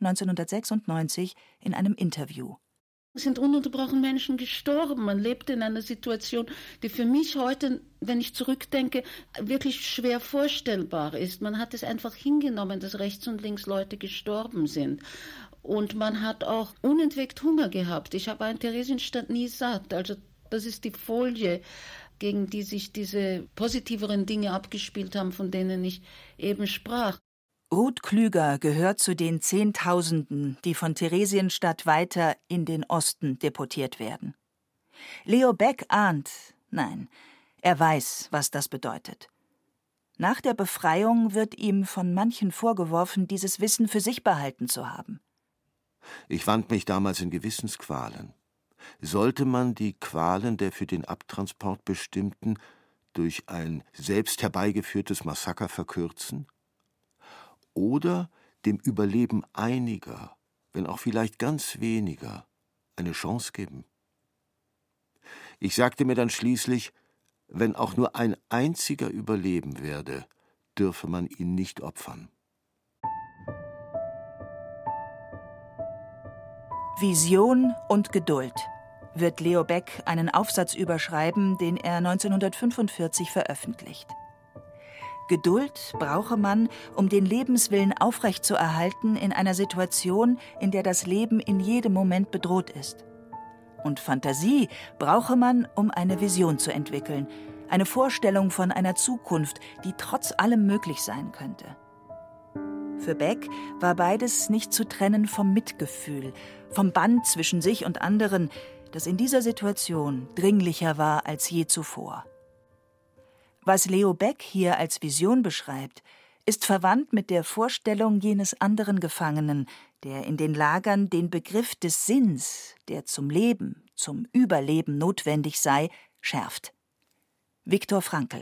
1996, in einem Interview. Es sind ununterbrochen Menschen gestorben. Man lebte in einer Situation, die für mich heute, wenn ich zurückdenke, wirklich schwer vorstellbar ist. Man hat es einfach hingenommen, dass rechts und links Leute gestorben sind. Und man hat auch unentwegt Hunger gehabt. Ich habe in Theresienstadt nie satt. Also das ist die Folie, gegen die sich diese positiveren Dinge abgespielt haben, von denen ich eben sprach. Ruth Klüger gehört zu den Zehntausenden, die von Theresienstadt weiter in den Osten deportiert werden. Leo Baeck ahnt, nein, er weiß, was das bedeutet. Nach der Befreiung wird ihm von manchen vorgeworfen, dieses Wissen für sich behalten zu haben. Ich wand mich damals in Gewissensqualen. Sollte man die Qualen der für den Abtransport Bestimmten durch ein selbst herbeigeführtes Massaker verkürzen? Oder dem Überleben einiger, wenn auch vielleicht ganz weniger, eine Chance geben? Ich sagte mir dann schließlich, wenn auch nur ein einziger überleben werde, dürfe man ihn nicht opfern. Vision und Geduld wird Leo Baeck einen Aufsatz überschreiben, den er 1945 veröffentlicht. Geduld brauche man, um den Lebenswillen aufrechtzuerhalten in einer Situation, in der das Leben in jedem Moment bedroht ist. Und Fantasie brauche man, um eine Vision zu entwickeln, eine Vorstellung von einer Zukunft, die trotz allem möglich sein könnte. Für Baeck war beides nicht zu trennen vom Mitgefühl, vom Band zwischen sich und anderen, das in dieser Situation dringlicher war als je zuvor. Was Leo Baeck hier als Vision beschreibt, ist verwandt mit der Vorstellung jenes anderen Gefangenen, der in den Lagern den Begriff des Sinns, der zum Leben, zum Überleben notwendig sei, schärft. Viktor Frankl.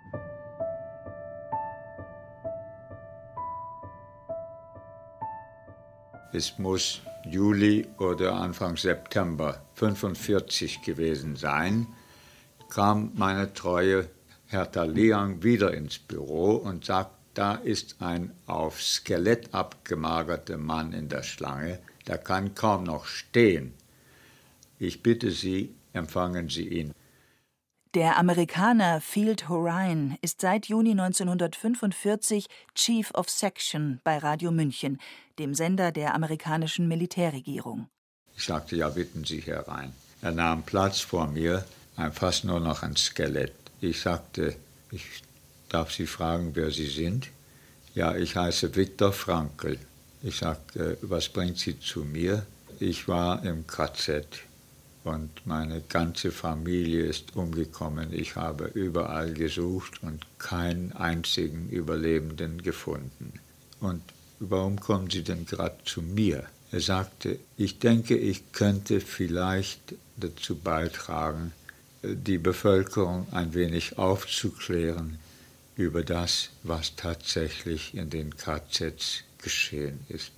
Es muss Juli oder Anfang September 1945 gewesen sein, kam meine treue Hertha Leang wieder ins Büro und sagte, da ist ein auf Skelett abgemagerter Mann in der Schlange, der kann kaum noch stehen. Ich bitte Sie, empfangen Sie ihn. Der Amerikaner Field Horein ist seit Juni 1945 Chief of Section bei Radio München, dem Sender der amerikanischen Militärregierung. Ich sagte, ja, bitten Sie herein. Er nahm Platz vor mir, fast nur noch ein Skelett. Ich sagte, ich darf Sie fragen, wer Sie sind? Ja, ich heiße Viktor Frankl. Ich sagte, was bringt Sie zu mir? Ich war im KZ. Und meine ganze Familie ist umgekommen. Ich habe überall gesucht und keinen einzigen Überlebenden gefunden. Und warum kommen Sie denn gerade zu mir? Er sagte, ich denke, ich könnte vielleicht dazu beitragen, die Bevölkerung ein wenig aufzuklären über das, was tatsächlich in den KZs geschehen ist.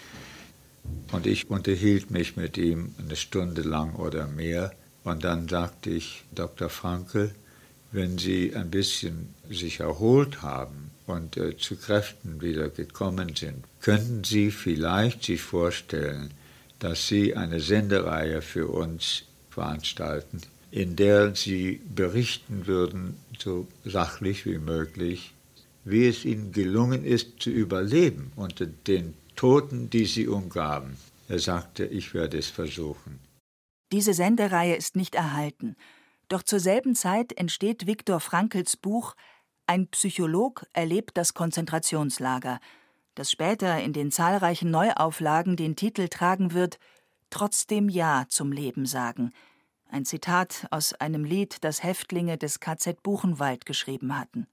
Und ich unterhielt mich mit ihm eine Stunde lang oder mehr. Und dann sagte ich, Dr. Frankl, wenn Sie ein bisschen sich erholt haben und zu Kräften wieder gekommen sind, könnten Sie vielleicht sich vorstellen, dass Sie eine Sendereihe für uns veranstalten, in der Sie berichten würden, so sachlich wie möglich, wie es Ihnen gelungen ist, zu überleben unter den Toten, die Sie umgaben. Er sagte, ich werde es versuchen. Diese Sendereihe ist nicht erhalten. Doch zur selben Zeit entsteht Viktor Frankls Buch »Ein Psycholog erlebt das Konzentrationslager«, das später in den zahlreichen Neuauflagen den Titel tragen wird »Trotzdem Ja zum Leben sagen«, ein Zitat aus einem Lied, das Häftlinge des KZ Buchenwald geschrieben hatten.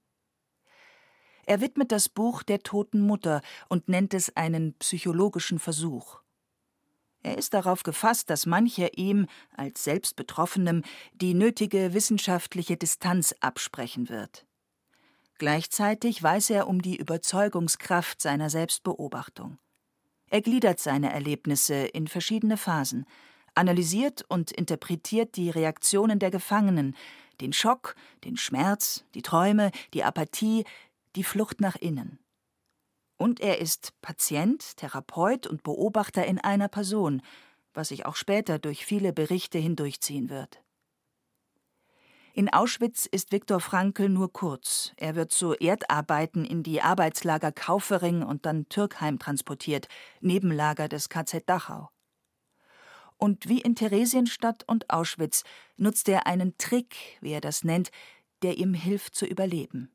Er widmet das Buch der toten Mutter und nennt es einen psychologischen Versuch. Er ist darauf gefasst, dass mancher ihm, als Selbstbetroffenem, die nötige wissenschaftliche Distanz absprechen wird. Gleichzeitig weiß er um die Überzeugungskraft seiner Selbstbeobachtung. Er gliedert seine Erlebnisse in verschiedene Phasen, analysiert und interpretiert die Reaktionen der Gefangenen, den Schock, den Schmerz, die Träume, die Apathie, die Flucht nach innen. Und er ist Patient, Therapeut und Beobachter in einer Person, was sich auch später durch viele Berichte hindurchziehen wird. In Auschwitz ist Viktor Frankl nur kurz. Er wird zu Erdarbeiten in die Arbeitslager Kaufering und dann Türkheim transportiert, Nebenlager des KZ Dachau. Und wie in Theresienstadt und Auschwitz nutzt er einen Trick, wie er das nennt, der ihm hilft zu überleben.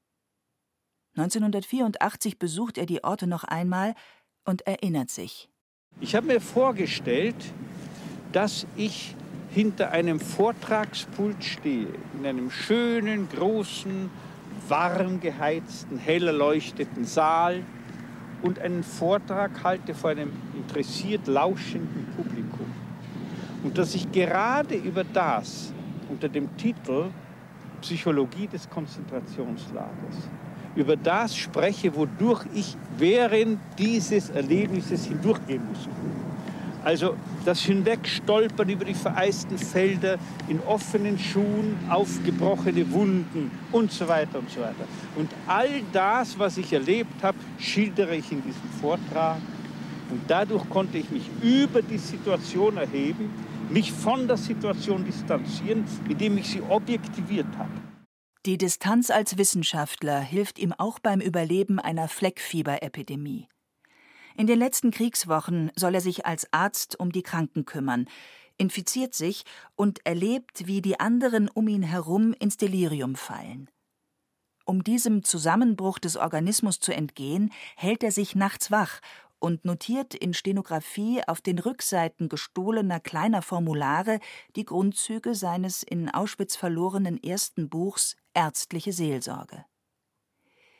1984 besucht er die Orte noch einmal und erinnert sich. Ich habe mir vorgestellt, dass ich hinter einem Vortragspult stehe, in einem schönen, großen, warm geheizten, hell erleuchteten Saal und einen Vortrag halte vor einem interessiert lauschenden Publikum. Und dass ich gerade über das, unter dem Titel Psychologie des Konzentrationslagers, über das spreche, wodurch ich während dieses Erlebnisses hindurchgehen muss. Also das Hinwegstolpern über die vereisten Felder, in offenen Schuhen, aufgebrochene Wunden und so weiter und so weiter. Und all das, was ich erlebt habe, schildere ich in diesem Vortrag. Und dadurch konnte ich mich über die Situation erheben, mich von der Situation distanzieren, indem ich sie objektiviert habe. Die Distanz als Wissenschaftler hilft ihm auch beim Überleben einer Fleckfieberepidemie. In den letzten Kriegswochen soll er sich als Arzt um die Kranken kümmern, infiziert sich und erlebt, wie die anderen um ihn herum ins Delirium fallen. Um diesem Zusammenbruch des Organismus zu entgehen, hält er sich nachts wach und notiert in Stenografie auf den Rückseiten gestohlener kleiner Formulare die Grundzüge seines in Auschwitz verlorenen ersten Buchs »Ärztliche Seelsorge«.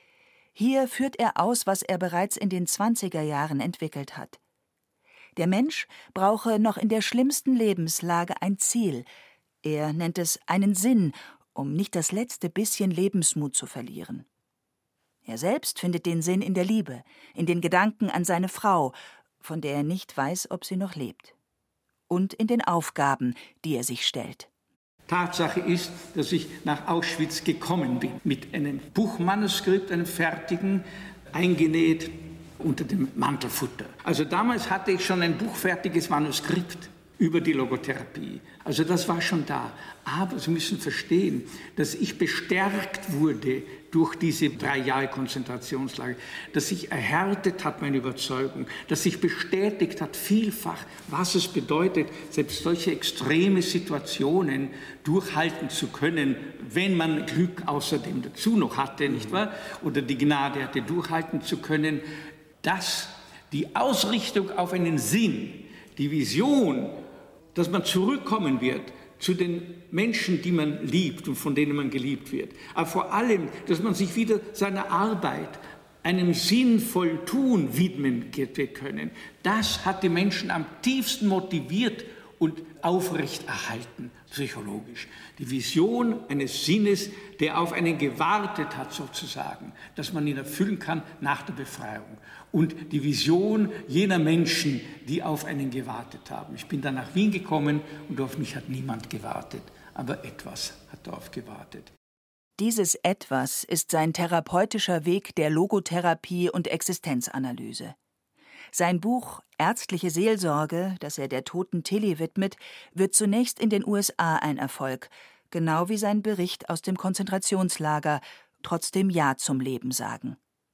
Hier führt er aus, was er bereits in den 20er Jahren entwickelt hat. Der Mensch brauche noch in der schlimmsten Lebenslage ein Ziel. Er nennt es einen Sinn, um nicht das letzte bisschen Lebensmut zu verlieren. Er selbst findet den Sinn in der Liebe, in den Gedanken an seine Frau, von der er nicht weiß, ob sie noch lebt, und in den Aufgaben, die er sich stellt. Tatsache ist, dass ich nach Auschwitz gekommen bin, mit einem Buchmanuskript, einem fertigen, eingenäht unter dem Mantelfutter. Also damals hatte ich schon ein buchfertiges Manuskript über die Logotherapie. Also das war schon da. Aber Sie müssen verstehen, dass ich bestärkt wurde durch diese 3 Jahre Konzentrationslager, dass sich erhärtet hat meine Überzeugung, dass sich bestätigt hat vielfach, was es bedeutet, selbst solche extreme Situationen durchhalten zu können, wenn man Glück außerdem dazu noch hatte, nicht wahr? Oder die Gnade hatte, durchhalten zu können, dass die Ausrichtung auf einen Sinn, die Vision, dass man zurückkommen wird zu den Menschen, die man liebt und von denen man geliebt wird. Aber vor allem, dass man sich wieder seiner Arbeit, einem sinnvollen Tun widmen können. Das hat die Menschen am tiefsten motiviert und aufrechterhalten, psychologisch. Die Vision eines Sinnes, der auf einen gewartet hat, sozusagen, dass man ihn erfüllen kann nach der Befreiung. Und die Vision jener Menschen, die auf einen gewartet haben. Ich bin dann nach Wien gekommen und auf mich hat niemand gewartet, aber etwas hat darauf gewartet. Dieses Etwas ist sein therapeutischer Weg der Logotherapie und Existenzanalyse. Sein Buch »Ärztliche Seelsorge«, das er der toten Tilly widmet, wird zunächst in den USA ein Erfolg, genau wie sein Bericht aus dem Konzentrationslager »Trotzdem Ja zum Leben sagen«.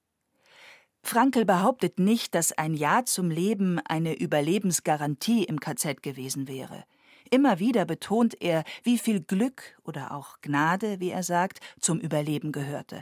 Frankl behauptet nicht, dass ein Ja zum Leben eine Überlebensgarantie im KZ gewesen wäre. Immer wieder betont er, wie viel Glück oder auch Gnade, wie er sagt, zum Überleben gehörte.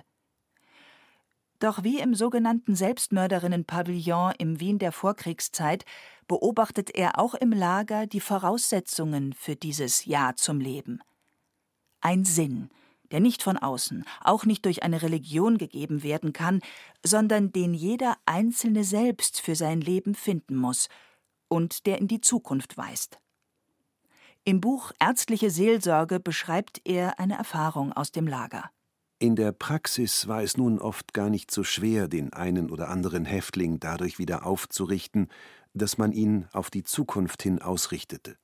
Doch wie im sogenannten Selbstmörderinnen-Pavillon im Wien der Vorkriegszeit beobachtet er auch im Lager die Voraussetzungen für dieses Ja zum Leben. Ein Sinn, der nicht von außen, auch nicht durch eine Religion gegeben werden kann, sondern den jeder Einzelne selbst für sein Leben finden muss und der in die Zukunft weist. Im Buch »Ärztliche Seelsorge« beschreibt er eine Erfahrung aus dem Lager. In der Praxis war es nun oft gar nicht so schwer, den einen oder anderen Häftling dadurch wieder aufzurichten, dass man ihn auf die Zukunft hin ausrichtete.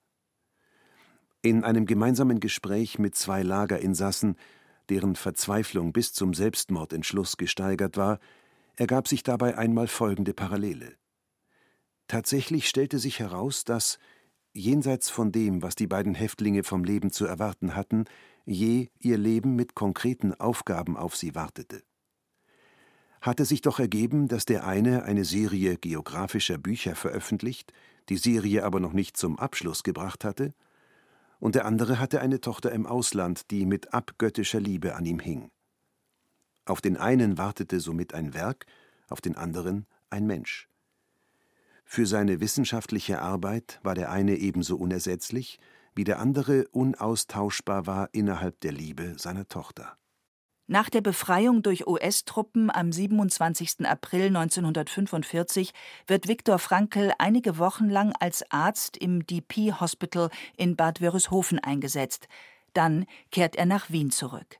In einem gemeinsamen Gespräch mit 2 Lagerinsassen, deren Verzweiflung bis zum Selbstmordentschluss gesteigert war, ergab sich dabei einmal folgende Parallele. Tatsächlich stellte sich heraus, dass, jenseits von dem, was die beiden Häftlinge vom Leben zu erwarten hatten, je ihr Leben mit konkreten Aufgaben auf sie wartete. Hatte sich doch ergeben, dass der eine Serie geografischer Bücher veröffentlicht, die Serie aber noch nicht zum Abschluss gebracht hatte, und der andere hatte eine Tochter im Ausland, die mit abgöttischer Liebe an ihm hing. Auf den einen wartete somit ein Werk, auf den anderen ein Mensch. Für seine wissenschaftliche Arbeit war der eine ebenso unersetzlich, wie der andere unaustauschbar war innerhalb der Liebe seiner Tochter. Nach der Befreiung durch US-Truppen am 27. April 1945 wird Viktor Frankl einige Wochen lang als Arzt im DP Hospital in Bad Wörishofen eingesetzt. Dann kehrt er nach Wien zurück.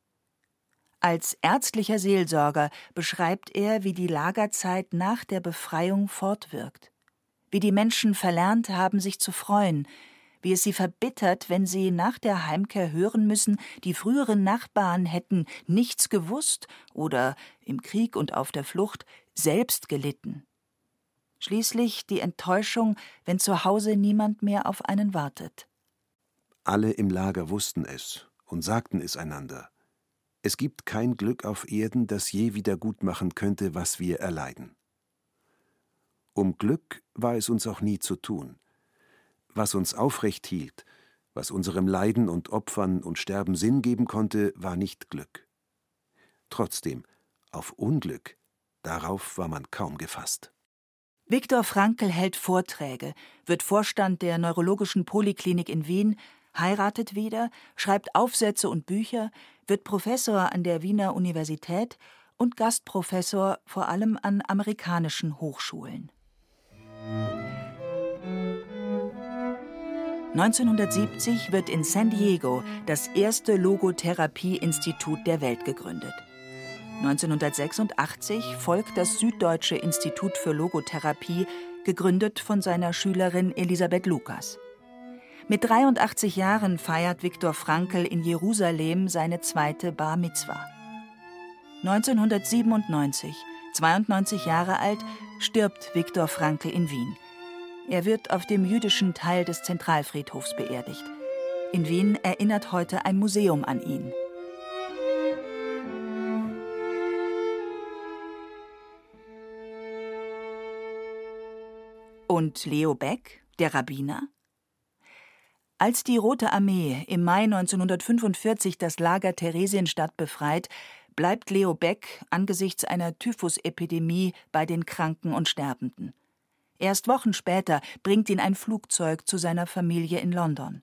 Als ärztlicher Seelsorger beschreibt er, wie die Lagerzeit nach der Befreiung fortwirkt, wie die Menschen verlernt haben, sich zu freuen, wie es sie verbittert, wenn sie nach der Heimkehr hören müssen, die früheren Nachbarn hätten nichts gewusst oder im Krieg und auf der Flucht selbst gelitten. Schließlich die Enttäuschung, wenn zu Hause niemand mehr auf einen wartet. Alle im Lager wussten es und sagten es einander. Es gibt kein Glück auf Erden, das je wieder gut machen könnte, was wir erleiden. Um Glück war es uns auch nie zu tun. Was uns aufrecht hielt, was unserem Leiden und Opfern und Sterben Sinn geben konnte, war nicht Glück. Trotzdem, auf Unglück, darauf war man kaum gefasst. Viktor Frankl hält Vorträge, wird Vorstand der Neurologischen Poliklinik in Wien, heiratet wieder, schreibt Aufsätze und Bücher, wird Professor an der Wiener Universität und Gastprofessor vor allem an amerikanischen Hochschulen. 1970 wird in San Diego das erste Logotherapie-Institut der Welt gegründet. 1986 folgt das Süddeutsche Institut für Logotherapie, gegründet von seiner Schülerin Elisabeth Lucas. Mit 83 Jahren feiert Viktor Frankl in Jerusalem seine zweite Bar Mitzwa. 1997, 92 Jahre alt, stirbt Viktor Frankl in Wien. Er wird auf dem jüdischen Teil des Zentralfriedhofs beerdigt. In Wien erinnert heute ein Museum an ihn. Und Leo Baeck, der Rabbiner? Als die Rote Armee im Mai 1945 das Lager Theresienstadt befreit, bleibt Leo Baeck angesichts einer Typhusepidemie bei den Kranken und Sterbenden. Erst Wochen später bringt ihn ein Flugzeug zu seiner Familie in London.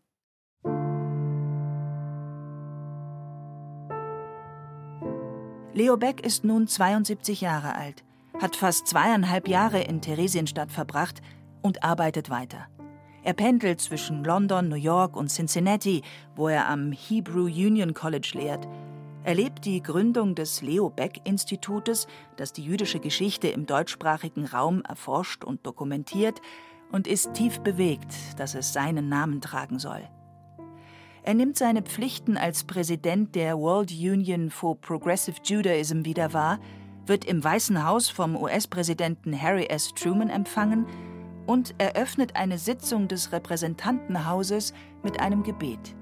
Leo Baeck ist nun 72 Jahre alt, hat fast 2,5 Jahre in Theresienstadt verbracht und arbeitet weiter. Er pendelt zwischen London, New York und Cincinnati, wo er am Hebrew Union College lehrt. Er lebt die Gründung des Leo Baeck Institutes, das die jüdische Geschichte im deutschsprachigen Raum erforscht und dokumentiert, und ist tief bewegt, dass es seinen Namen tragen soll. Er nimmt seine Pflichten als Präsident der World Union for Progressive Judaism wieder wahr, wird im Weißen Haus vom US-Präsidenten Harry S. Truman empfangen und eröffnet eine Sitzung des Repräsentantenhauses mit einem Gebet.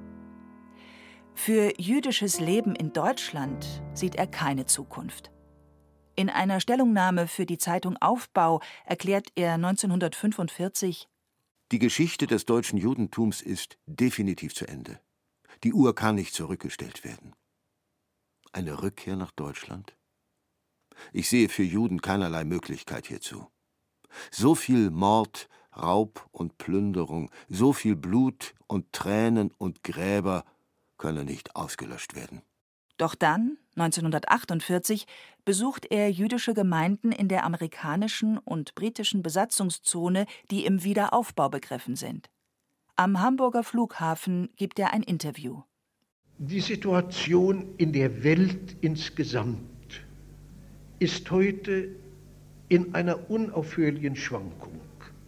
Für jüdisches Leben in Deutschland sieht er keine Zukunft. In einer Stellungnahme für die Zeitung Aufbau erklärt er 1945: Die Geschichte des deutschen Judentums ist definitiv zu Ende. Die Uhr kann nicht zurückgestellt werden. Eine Rückkehr nach Deutschland? Ich sehe für Juden keinerlei Möglichkeit hierzu. So viel Mord, Raub und Plünderung, so viel Blut und Tränen und Gräber könne nicht ausgelöscht werden. Doch dann, 1948, besucht er jüdische Gemeinden in der amerikanischen und britischen Besatzungszone, die im Wiederaufbau begriffen sind. Am Hamburger Flughafen gibt er ein Interview. Die Situation in der Welt insgesamt ist heute in einer unaufhörlichen Schwankung.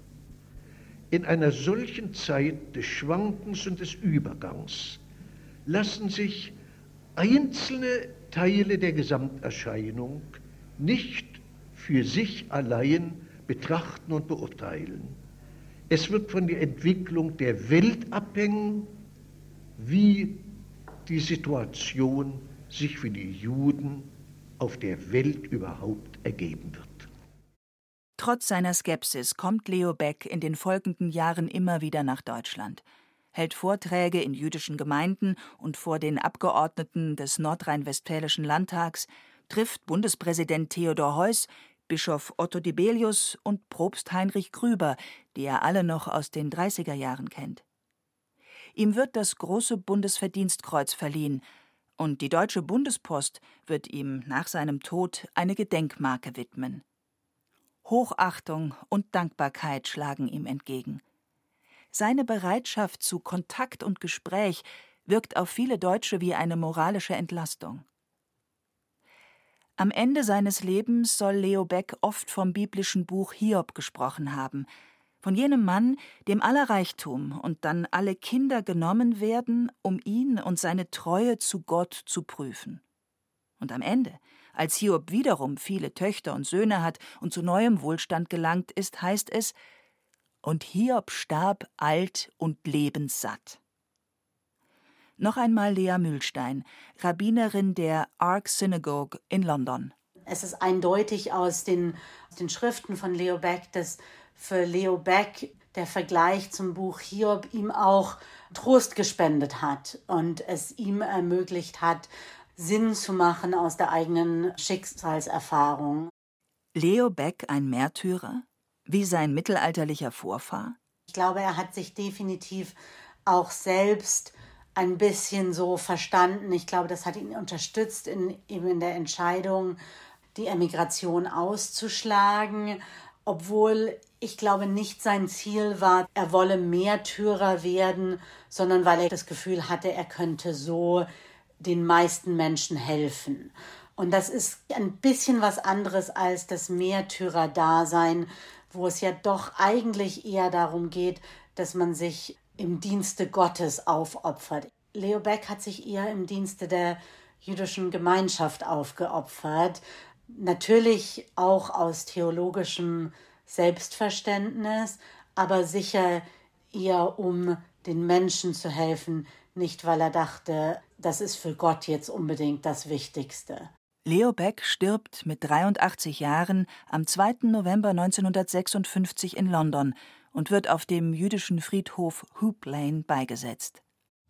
In einer solchen Zeit des Schwankens und des Übergangs lassen sich einzelne Teile der Gesamterscheinung nicht für sich allein betrachten und beurteilen. Es wird von der Entwicklung der Welt abhängen, wie die Situation sich für die Juden auf der Welt überhaupt ergeben wird. Trotz seiner Skepsis kommt Leo Baeck in den folgenden Jahren immer wieder nach Deutschland, hält Vorträge in jüdischen Gemeinden und vor den Abgeordneten des Nordrhein-Westfälischen Landtags, trifft Bundespräsident Theodor Heuss, Bischof Otto Dibelius und Propst Heinrich Grüber, die er alle noch aus den 30er Jahren kennt. Ihm wird das Große Bundesverdienstkreuz verliehen und die Deutsche Bundespost wird ihm nach seinem Tod eine Gedenkmarke widmen. Hochachtung und Dankbarkeit schlagen ihm entgegen. Seine Bereitschaft zu Kontakt und Gespräch wirkt auf viele Deutsche wie eine moralische Entlastung. Am Ende seines Lebens soll Leo Baeck oft vom biblischen Buch Hiob gesprochen haben, von jenem Mann, dem aller Reichtum und dann alle Kinder genommen werden, um ihn und seine Treue zu Gott zu prüfen. Und am Ende, als Hiob wiederum viele Töchter und Söhne hat und zu neuem Wohlstand gelangt ist, heißt es: Und Hiob starb alt und lebenssatt. Noch einmal Lea Mühlstein, Rabbinerin der Ark Synagogue in London. Es ist eindeutig aus den Schriften von Leo Baeck, dass für Leo Baeck der Vergleich zum Buch Hiob ihm auch Trost gespendet hat und es ihm ermöglicht hat, Sinn zu machen aus der eigenen Schicksalserfahrung. Leo Baeck ein Märtyrer? Wie sein mittelalterlicher Vorfahr? Ich glaube, er hat sich definitiv auch selbst ein bisschen so verstanden. Ich glaube, das hat ihn unterstützt in der Entscheidung, die Emigration auszuschlagen, obwohl ich glaube nicht sein Ziel war, er wolle Märtyrer werden, sondern weil er das Gefühl hatte, er könnte so den meisten Menschen helfen. Und das ist ein bisschen was anderes als das Märtyrer-Dasein, wo es ja doch eigentlich eher darum geht, dass man sich im Dienste Gottes aufopfert. Leo Baeck hat sich eher im Dienste der jüdischen Gemeinschaft aufgeopfert. Natürlich auch aus theologischem Selbstverständnis, aber sicher eher um den Menschen zu helfen, nicht weil er dachte, das ist für Gott jetzt unbedingt das Wichtigste. Leo Baeck stirbt mit 83 Jahren am 2. November 1956 in London und wird auf dem jüdischen Friedhof Hoop Lane beigesetzt.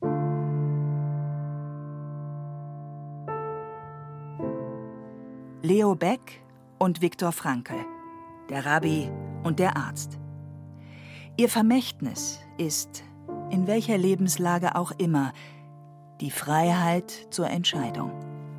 Leo Baeck und Viktor Frankl, der Rabbi und der Arzt. Ihr Vermächtnis ist, in welcher Lebenslage auch immer, die Freiheit zur Entscheidung.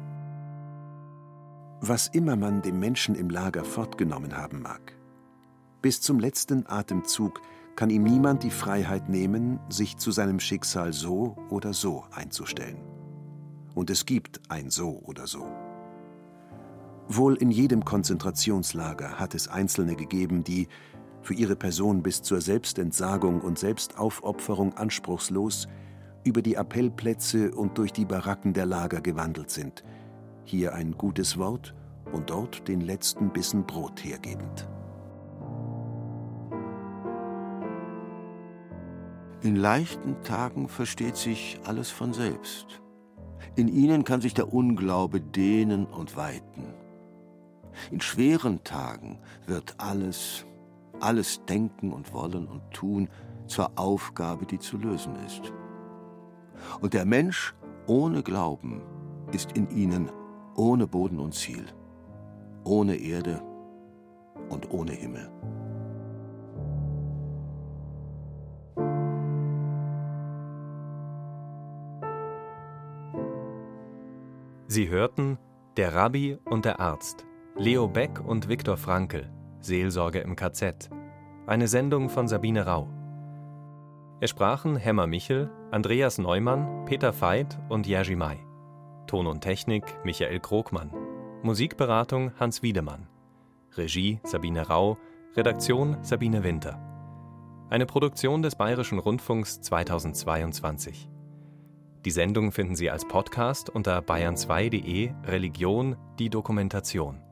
Was immer man dem Menschen im Lager fortgenommen haben mag, bis zum letzten Atemzug kann ihm niemand die Freiheit nehmen, sich zu seinem Schicksal so oder so einzustellen. Und es gibt ein So oder so. Wohl in jedem Konzentrationslager hat es Einzelne gegeben, die, für ihre Person bis zur Selbstentsagung und Selbstaufopferung anspruchslos, über die Appellplätze und durch die Baracken der Lager gewandelt sind, hier ein gutes Wort und dort den letzten Bissen Brot hergebend. In leichten Tagen versteht sich alles von selbst. In ihnen kann sich der Unglaube dehnen und weiten. In schweren Tagen wird alles Denken und Wollen und Tun zur Aufgabe, die zu lösen ist. Und der Mensch ohne Glauben ist in ihnen ohne Boden und Ziel, ohne Erde und ohne Himmel. Sie hörten Der Rabbi und der Arzt, Leo Baeck und Viktor Frankl, Seelsorge im KZ. Eine Sendung von Sabine Rau. Es sprachen Hemmer Michel, Andreas Neumann, Peter Veit und Jerzy May. Ton und Technik Michael Krogmann. Musikberatung Hans Wiedemann. Regie Sabine Rau. Redaktion Sabine Winter. Eine Produktion des Bayerischen Rundfunks 2022. Die Sendung finden Sie als Podcast unter bayern2.de Religion, die Dokumentation.